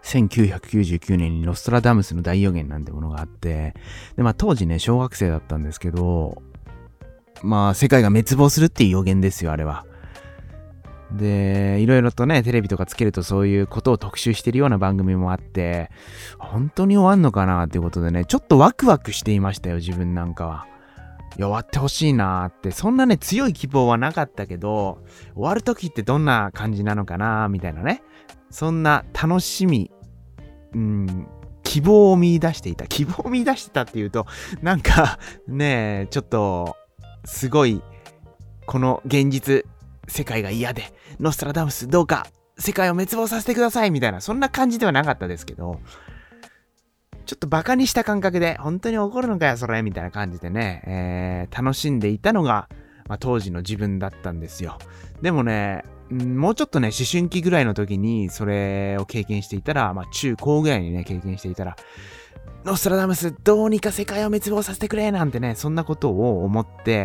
1999年にノストラダムスの大予言なんてものがあって、で、当時ね、小学生だったんですけど、世界が滅亡するっていう予言ですよ、あれは。で、いろいろとね、テレビとかつけるとそういうことを特集してるような番組もあって、本当に終わんのかなっていうことでね、ちょっとワクワクしていましたよ、自分なんかは。いや、終わってほしいなーって、そんなね、強い希望はなかったけど、終わる時ってどんな感じなのかなーみたいなね。そんな楽しみ、希望を見出していた。希望を見出してたっていうと、なんか、ねちょっと、すごい、この現実、世界が嫌で、ノストラダムスどうか世界を滅亡させてくださいみたいな、そんな感じではなかったですけど、ちょっとバカにした感覚で、本当に怒るのかよそれみたいな感じでね、楽しんでいたのが、当時の自分だったんですよ。でもね、もうちょっとね、思春期ぐらいの時にそれを経験していたら、中高ぐらいにね、経験していたら、ノストラダムスどうにか世界を滅亡させてくれなんてね、そんなことを思って、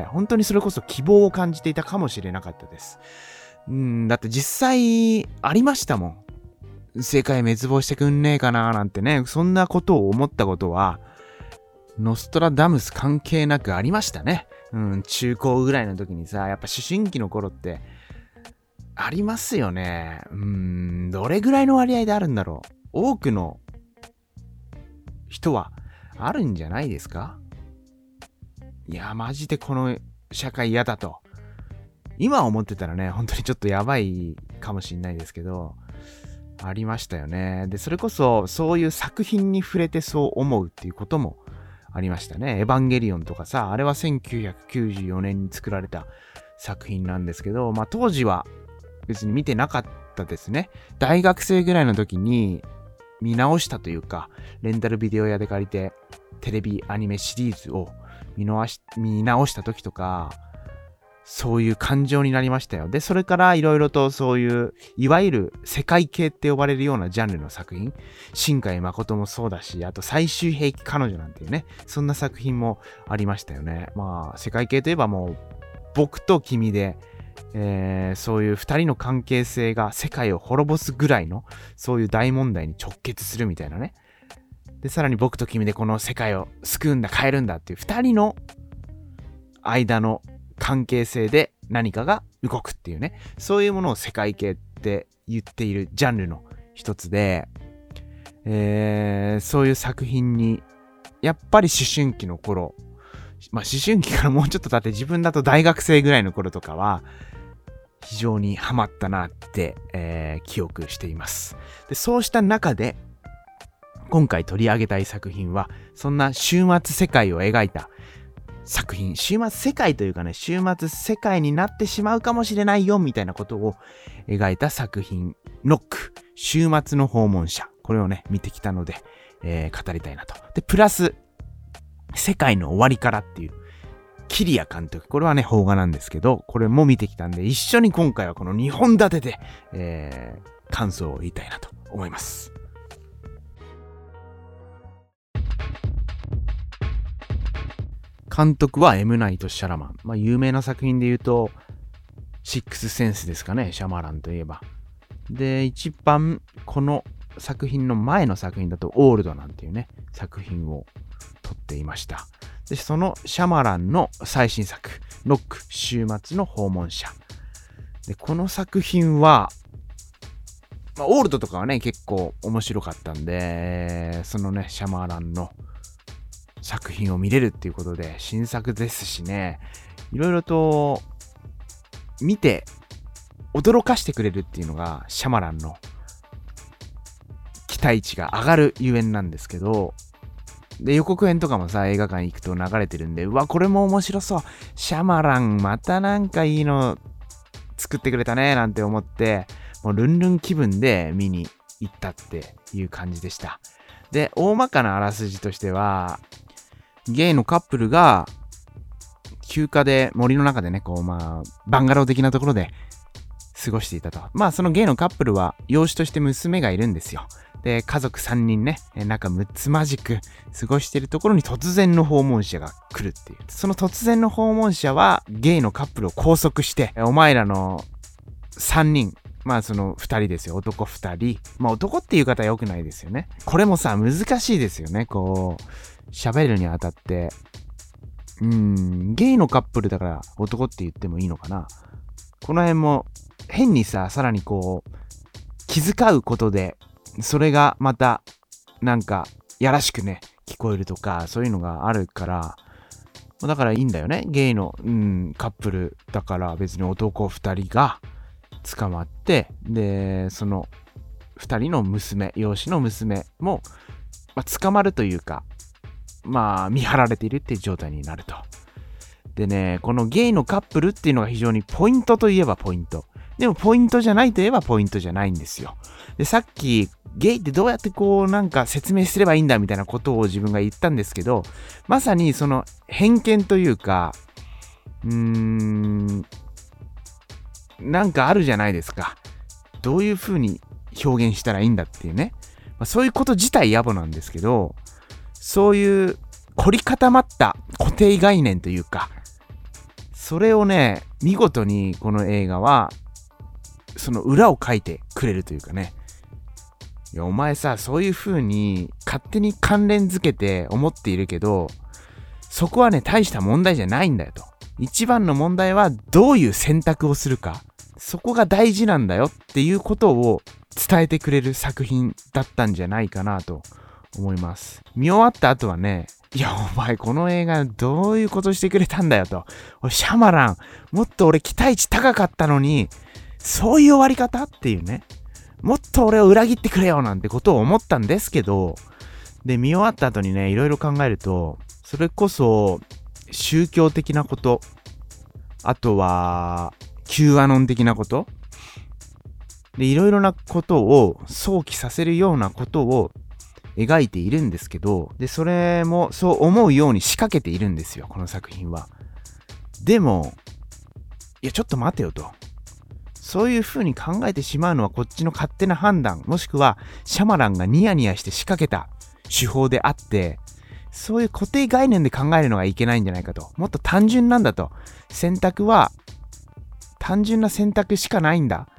本当にそれこそ希望を感じていたかもしれなかったです。だって実際ありましたもん。世界滅亡してくんねえかななんてね、そんなことを思ったことは、ノストラダムス関係なくありましたね。中高ぐらいの時にさ、やっぱ思春期の頃って、ありますよね。どれぐらいの割合であるんだろう。多くの人はあるんじゃないですか？いや、マジでこの社会嫌だと。今思ってたらね、本当にちょっとやばいかもしんないですけど、ありましたよね。で、それこそそういう作品に触れてそう思うっていうこともありましたね。エヴァンゲリオンとかさ、あれは1994年に作られた作品なんですけど、当時は別に見てなかったですね。大学生ぐらいの時に見直したというか、レンタルビデオ屋で借りてテレビアニメシリーズを見直した時とか、そういう感情になりましたよ。で、それからいろいろとそういう、いわゆる世界系って呼ばれるようなジャンルの作品、新海誠もそうだし、あと最終兵器彼女なんていうね、そんな作品もありましたよね。世界系といえばもう、僕と君で、そういう二人の関係性が世界を滅ぼすぐらいの、そういう大問題に直結するみたいなね。で、さらに僕と君でこの世界を救うんだ、変えるんだっていう二人の間の関係性で何かが動くっていうね、そういうものを世界系って言っているジャンルの一つで、そういう作品にやっぱり思春期の頃、思春期からもうちょっと経って自分だと大学生ぐらいの頃とかは非常にハマったなって、記憶しています。で、そうした中で今回取り上げたい作品はそんな終末世界を描いた作品、終末世界というかね、終末世界になってしまうかもしれないよみたいなことを描いた作品、ノック、終末の訪問者、これをね見てきたので、語りたいなと。でプラス世界の終わりからっていうキリア監督、これはね邦画なんですけど、これも見てきたんで、一緒に今回はこの2本立てで、感想を言いたいなと思います。監督はエムナイト・シャラマン。有名な作品で言うと、シックスセンスですかね、シャマランといえば。で、一番この作品の前の作品だと、オールドなんていうね、作品を撮っていました。で、そのシャマランの最新作、ノック、終末の訪問者。で、この作品は、オールドとかはね、結構面白かったんで、そのね、シャマランの作品を見れるっていうことで新作ですしね、いろいろと見て驚かしてくれるっていうのがシャマランの期待値が上がるゆえんなんですけど、で予告編とかもさ映画館行くと流れてるんで、うわこれも面白そう、シャマランまたなんかいいの作ってくれたねなんて思って、もうルンルン気分で見に行ったっていう感じでした。で大まかなあらすじとしては、ゲイのカップルが休暇で森の中でね、バンガロー的なところで過ごしていたと。そのゲイのカップルは養子として娘がいるんですよ。で、家族3人ね、仲睦まじく過ごしているところに突然の訪問者が来るっていう。その突然の訪問者はゲイのカップルを拘束して、お前らの3人、 まあその二人ですよ。男二人。まあ男っていう方は良くないですよね。これもさ、難しいですよね。こう、喋るにあたって。ゲイのカップルだから男って言ってもいいのかな。この辺も変にさ、さらにこう、気遣うことで、それがまた、なんか、やらしくね、聞こえるとか、そういうのがあるから、だからいいんだよね。ゲイの、カップルだから別に男二人が捕まって、で、その二人の娘、養子の娘も、捕まるというか、見張られているっていう状態になると。でね、このゲイのカップルっていうのが非常にポイントといえばポイント。でもポイントじゃないといえばポイントじゃないんですよ。で、さっきゲイってどうやってこうなんか説明すればいいんだみたいなことを自分が言ったんですけど、まさにその偏見というか、なんかあるじゃないですか。どういう風に表現したらいいんだっていうね。そういうこと自体野暮なんですけど、そういう凝り固まった固定概念というか、それをね、見事にこの映画はその裏を書いてくれるというかね。いやお前さ、そういう風に勝手に関連づけて思っているけど、そこはね、大した問題じゃないんだよと。一番の問題はどういう選択をするか。そこが大事なんだよっていうことを伝えてくれる作品だったんじゃないかなと思います。見終わった後はね、いやお前この映画どういうことしてくれたんだよと。シャマラン、もっと俺期待値高かったのに、そういう終わり方っていうね。もっと俺を裏切ってくれよなんてことを思ったんですけど、で、見終わった後にね、いろいろ考えると、それこそ宗教的なこと、あとは Q アノン的なこと、で、いろいろなことを想起させるようなことを描いているんですけど、で、それもそう思うように仕掛けているんですよ、この作品は。でも、いや、ちょっと待てよと。そういう風に考えてしまうのはこっちの勝手な判断、もしくはシャマランがニヤニヤして仕掛けた手法であって、そういう固定概念で考えるのがいけないんじゃないかと。もっと単純なんだと。選択は単純な選択しかないんだ。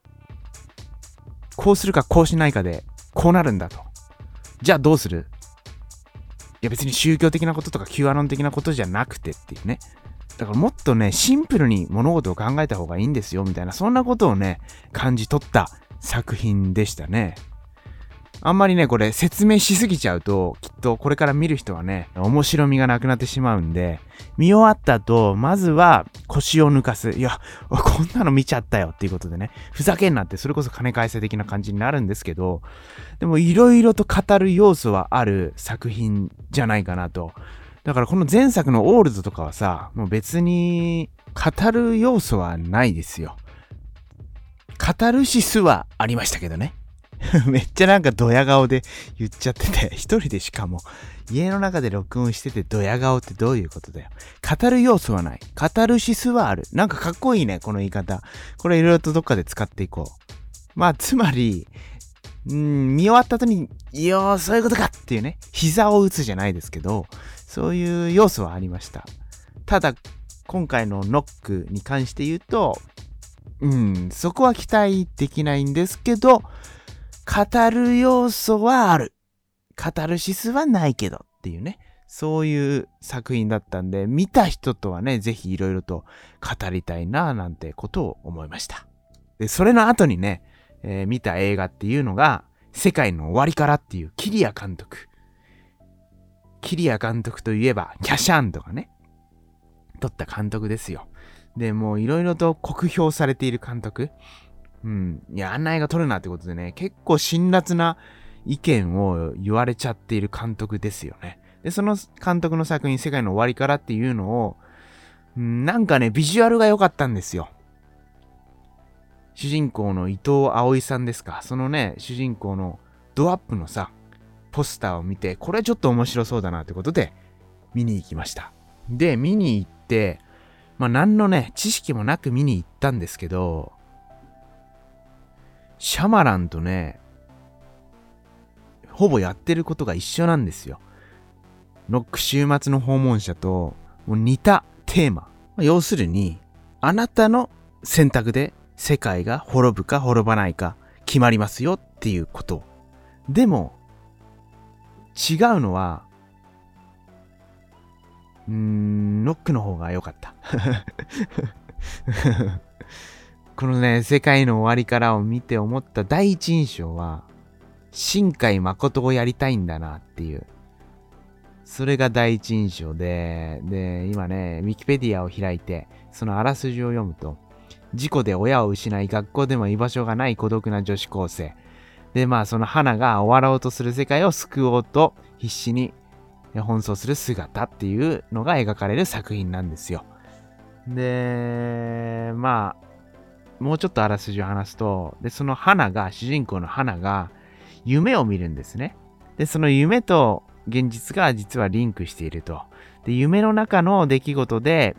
こうするかこうしないかでこうなるんだと。じゃあどうする？いや別に宗教的なこととか Q アノン的なことじゃなくてっていうね。だからもっとね、シンプルに物事を考えた方がいいんですよみたいな、そんなことをね、感じ取った作品でしたね。あんまりね、これ説明しすぎちゃうと、きっとこれから見る人はね、面白みがなくなってしまうんで、見終わった後、まずは腰を抜かす。いや、こんなの見ちゃったよっていうことでね、ふざけんなって、それこそ金返せ的な感じになるんですけど、でもいろいろと語る要素はある作品じゃないかなと。だからこの前作のオールドとかはさ、もう別に語る要素はないですよ。カタルシスはありましたけどね。めっちゃなんかドヤ顔で言っちゃってて、一人でしかも家の中で録音しててドヤ顔ってどういうことだよ。語る要素はない。カタルシスはある。なんかかっこいいね、この言い方。これいろいろとどっかで使っていこう。つまり、見終わった後に、いやー、そういうことかっていうね、膝を打つじゃないですけど、そういう要素はありました。ただ、今回のノックに関して言うと、そこは期待できないんですけど、語る要素はある。カタルシスはないけどっていうね、そういう作品だったんで、見た人とはね、ぜひいろいろと語りたいななんてことを思いました。で、それの後にね、見た映画っていうのが、世界の終わりからっていうキリア監督。キリア監督といえば、キャシャンとかね、撮った監督ですよ。で、もういろいろと酷評されている監督。いや、あんな映画撮るなってことでね、結構辛辣な意見を言われちゃっている監督ですよね。で、その監督の作品、世界の終わりからっていうのを、なんかね、ビジュアルが良かったんですよ。主人公の伊藤葵さんですか。そのね、主人公のドアップのさ、ポスターを見て、これちょっと面白そうだなってことで、見に行きました。で、見に行って、何のね、知識もなく見に行ったんですけど、シャマランとね、ほぼやってることが一緒なんですよ。ノック週末の訪問者ともう似たテーマ。要するに、あなたの選択で世界が滅ぶか滅ばないか決まりますよっていうこと。でも、違うのは、ノックの方が良かった。このね、世界の終わりからを見て思った第一印象は、新海誠をやりたいんだなっていう。それが第一印象で、今ね、ウィキペディアを開いて、そのあらすじを読むと、事故で親を失い学校でも居場所がない孤独な女子高生。で、その花が終わろうとする世界を救おうと必死に奔走する姿っていうのが描かれる作品なんですよ。で、もうちょっとあらすじを話すと、で、その主人公の花が夢を見るんですね。で、その夢と現実が実はリンクしていると。で、夢の中の出来事で、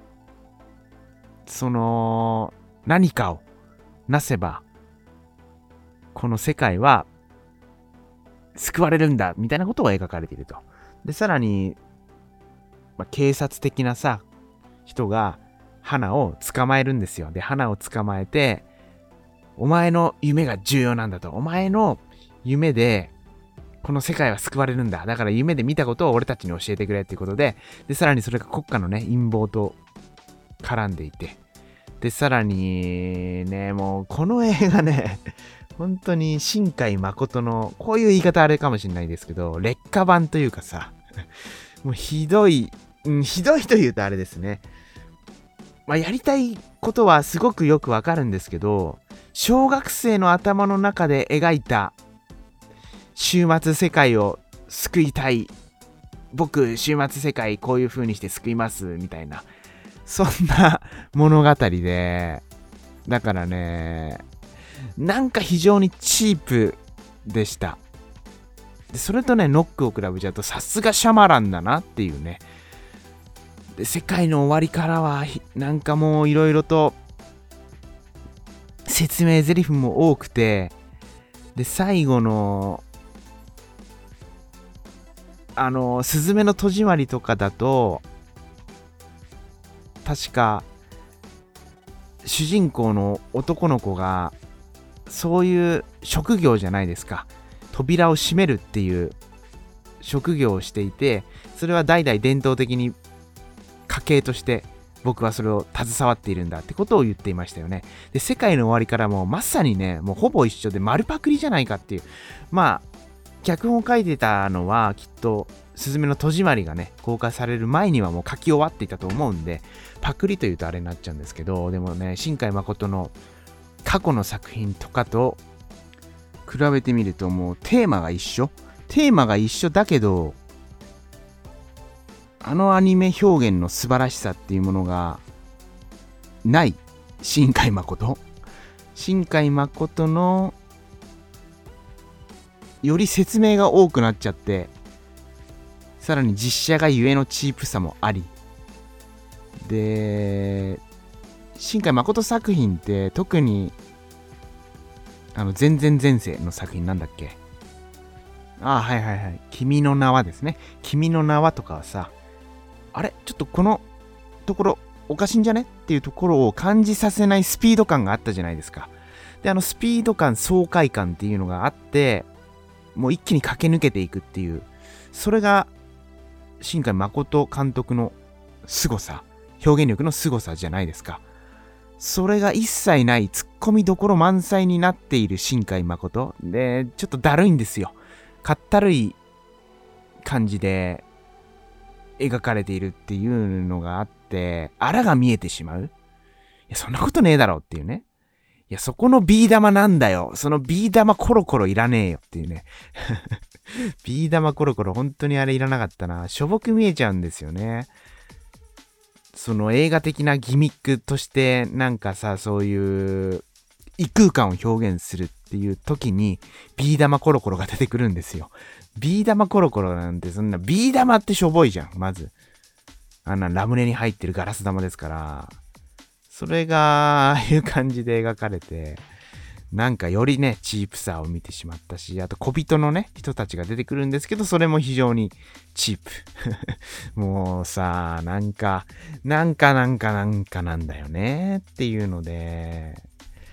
何かをなせば、この世界は救われるんだ、みたいなことが描かれていると。で、さらに、警察的な人が花を捕まえるんですよ。で、花を捕まえて、お前の夢が重要なんだと。お前の夢で、この世界は救われるんだ。だから夢で見たことを俺たちに教えてくれっていうことで、で、さらにそれが国家のね、陰謀と絡んでいて、で、さらにね、もうこの映画ね、本当に新海誠の、こういう言い方あれかもしれないですけど、劣化版というかさ、もうひどいと言うとあれですね。やりたいことはすごくよくわかるんですけど、小学生の頭の中で描いた終末世界を救いたい。僕、終末世界こういう風にして救います、みたいな。そんな物語で、だからね、なんか非常にチープでした。でそれとね、ノックを比べちゃうとさすがシャマランだなっていうね。で世界の終わりからはなんかもういろいろと説明台詞も多くて、で最後のすずめの戸締まりとかだと確か主人公の男の子がそういう職業じゃないですか。扉を閉めるっていう職業をしていて、それは代々伝統的に家系として僕はそれを携わっているんだってことを言っていましたよね。で、世界の終わりからもまさにね、もうほぼ一緒で丸パクリじゃないかっていう。脚本を書いてたのはきっとすずめの戸締まりがね、公開される前にはもう書き終わっていたと思うんで、パクリというとあれになっちゃうんですけど、でもね、新海誠の過去の作品とかと比べてみるともうテーマが一緒だけど、あのアニメ表現の素晴らしさっていうものがない新海誠のより説明が多くなっちゃって、さらに実写がゆえのチープさもありで、新海誠作品って特に前々前世の作品なんだっけ、君の名はですね。君の名はとかはさ、あれちょっとこのところおかしいんじゃねっていうところを感じさせないスピード感があったじゃないですか。で、スピード感、爽快感っていうのがあって、もう一気に駆け抜けていくっていう、それが新海誠監督の凄さ、表現力の凄さじゃないですか。それが一切ないツッコミどころ満載になっている新海誠で、ちょっとだるいんですよ。かったるい感じで描かれているっていうのがあって、あらが見えてしまう。いや、そんなことねえだろっていうね。いや、そこのビー玉なんだよ。そのビー玉コロコロいらねえよっていうね。ビー玉コロコロ本当にあれいらなかったな。しょぼく見えちゃうんですよね。その映画的なギミックとしてなんかさ、そういう異空間を表現するっていう時にビー玉コロコロが出てくるんですよ。ビー玉コロコロなんて、そんなビー玉ってしょぼいじゃん。まずあんなラムネに入ってるガラス玉ですから、それがああいう感じで描かれて、なんかよりねチープさを見てしまったし、あと小人のね人たちが出てくるんですけど、それも非常にチープ。もうさ、なんかなんだよねっていうので、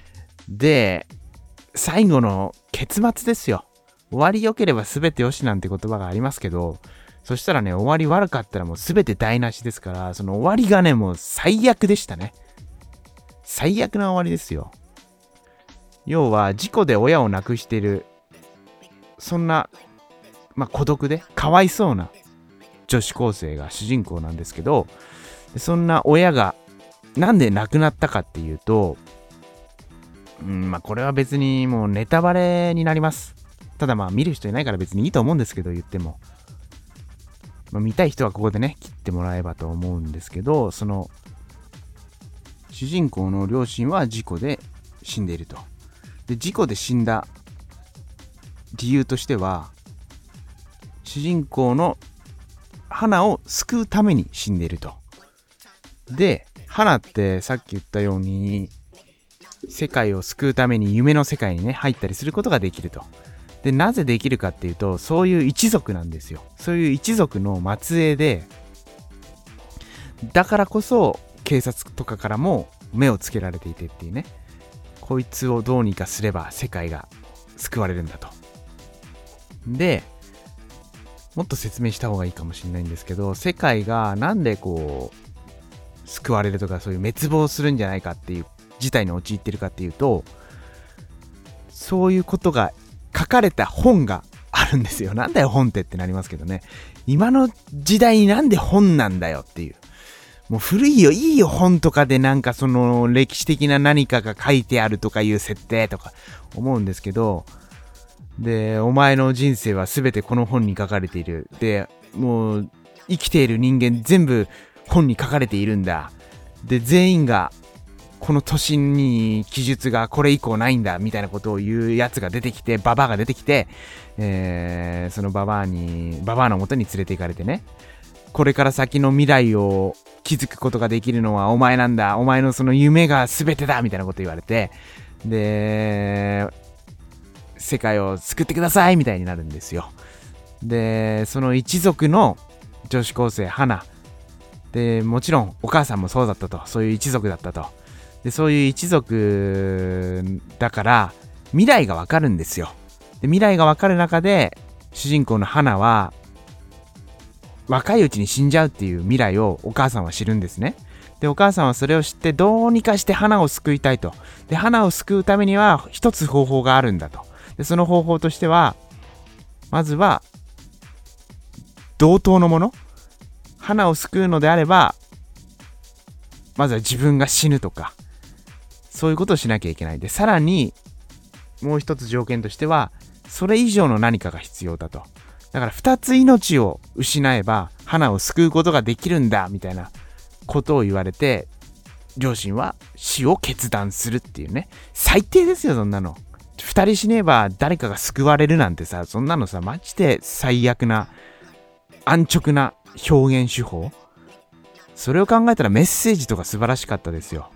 で、最後の結末ですよ。終わり良ければ全て良しなんて言葉がありますけど、そしたらね、終わり悪かったらもう全て台無しですから、その終わりがね、もう最悪でしたね。最悪な終わりですよ。要は事故で親を亡くしている、そんな、孤独でかわいそうな女子高生が主人公なんですけど、そんな親がなんで亡くなったかっていうと、これは別にもうネタバレになります。ただ見る人いないから別にいいと思うんですけど、言っても。見たい人はここでね、切ってもらえばと思うんですけど、その、主人公の両親は事故で死んでいると。で、事故で死んだ理由としては、主人公の花を救うために死んでいると。で、花ってさっき言ったように、世界を救うために夢の世界にね、入ったりすることができると。で、なぜできるかっていうと、そういう一族なんですよ。そういう一族の末裔で、だからこそ警察とかからも目をつけられていてっていうね、こいつをどうにかすれば世界が救われるんだと。で、もっと説明した方がいいかもしれないんですけど、世界がなんで救われるとかそういう滅亡するんじゃないかっていう事態に陥ってるかっていうと、そういうことが書かれた本があるんですよ。なんだよ本ってなりますけどね。今の時代になんで本なんだよっていう。もう古いよ、いいよ本とかでなんかその歴史的な何かが書いてあるとかいう設定とか思うんですけど、で、お前の人生は全てこの本に書かれている。で、もう生きている人間全部本に書かれているんだ。で、全員がこの都心に記述がこれ以降ないんだみたいなことを言うやつが出てきて、ババアが出てきて、そのババアの元に連れて行かれてね、これから先の未来を築くことができるのはお前なんだ、お前のその夢が全てだみたいなこと言われて、で、世界を救ってくださいみたいになるんですよ。で、その一族の女子高生花で、もちろんお母さんもそうだったと、そういう一族だったと。で、そういう一族だから未来がわかるんですよ。で、未来がわかる中で主人公の花は若いうちに死んじゃうっていう未来をお母さんは知るんですね。で、お母さんはそれを知ってどうにかして花を救いたいと。で、花を救うためには一つ方法があるんだと。で、その方法としては、まずは同等のもの、花を救うのであれば、まずは自分が死ぬとか、そういうことをしなきゃいけない。で、さらにもう一つ条件としては、それ以上の何かが必要だと。だから2つ命を失えば花を救うことができるんだみたいなことを言われて、両親は死を決断するっていうね。最低ですよ、そんなの。2人死ねば誰かが救われるなんてさ、そんなのさ、マジで最悪な安直な表現手法。それを考えたらメッセージとか素晴らしかったですよ。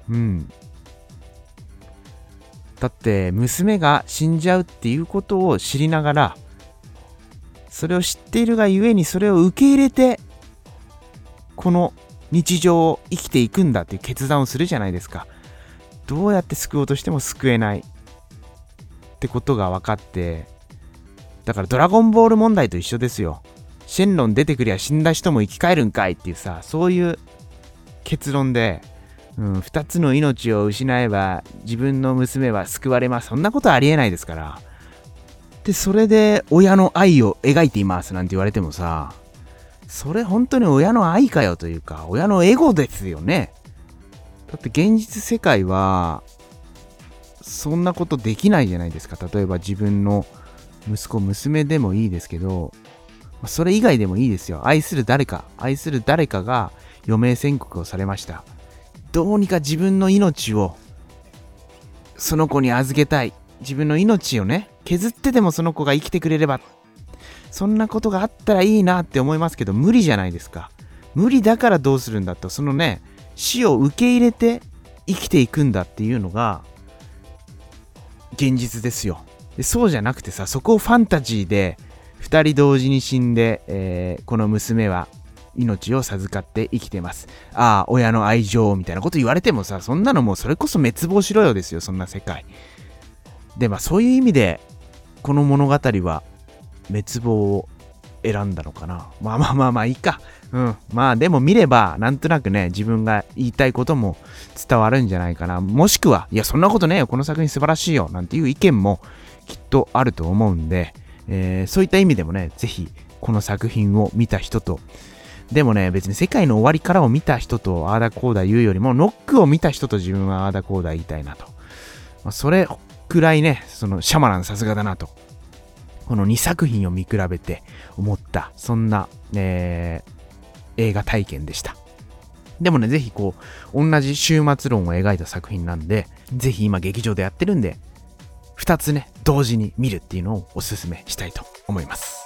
だって娘が死んじゃうっていうことを知りながら、それを知っているがゆえにそれを受け入れてこの日常を生きていくんだっていう決断をするじゃないですか。どうやって救おうとしても救えないってことが分かって、だからドラゴンボール問題と一緒ですよ。シェンロン出てくりゃ死んだ人も生き返るんかいっていうさ、そういう結論で、2つの命を失えば自分の娘は救われます。そんなことありえないですから。で、それで親の愛を描いていますなんて言われてもさ、それ本当に親の愛かよというか、親のエゴですよね。だって現実世界はそんなことできないじゃないですか。例えば自分の息子娘でもいいですけど、それ以外でもいいですよ。愛する誰かが余命宣告をされました。どうにか自分の命をその子に預けたい。自分の命をね、削ってでもその子が生きてくれれば、そんなことがあったらいいなって思いますけど、無理じゃないですか。無理だからどうするんだと、そのね、死を受け入れて生きていくんだっていうのが現実ですよ。で、そうじゃなくてさ、そこをファンタジーで2人同時に死んで、この娘は命を授かって生きてます。ああ、親の愛情みたいなこと言われてもさ、そんなのもうそれこそ滅亡しろよですよ、そんな世界。で、そういう意味で、この物語は滅亡を選んだのかな。まあいいか。でも見ればなんとなくね、自分が言いたいことも伝わるんじゃないかな。もしくは、いやそんなことねえよ、この作品素晴らしいよなんていう意見もきっとあると思うんで、そういった意味でもね、ぜひこの作品を見た人と、でもね、別に世界の終わりからを見た人とあーだこうだ言うよりも、ノックを見た人と自分はあーだこうだ言いたいなと。それくらいね、そのシャマランさすがだなと。この2作品を見比べて思った、そんな、映画体験でした。でもね、ぜひ同じ終末論を描いた作品なんで、ぜひ今劇場でやってるんで、2つね、同時に見るっていうのをお勧めしたいと思います。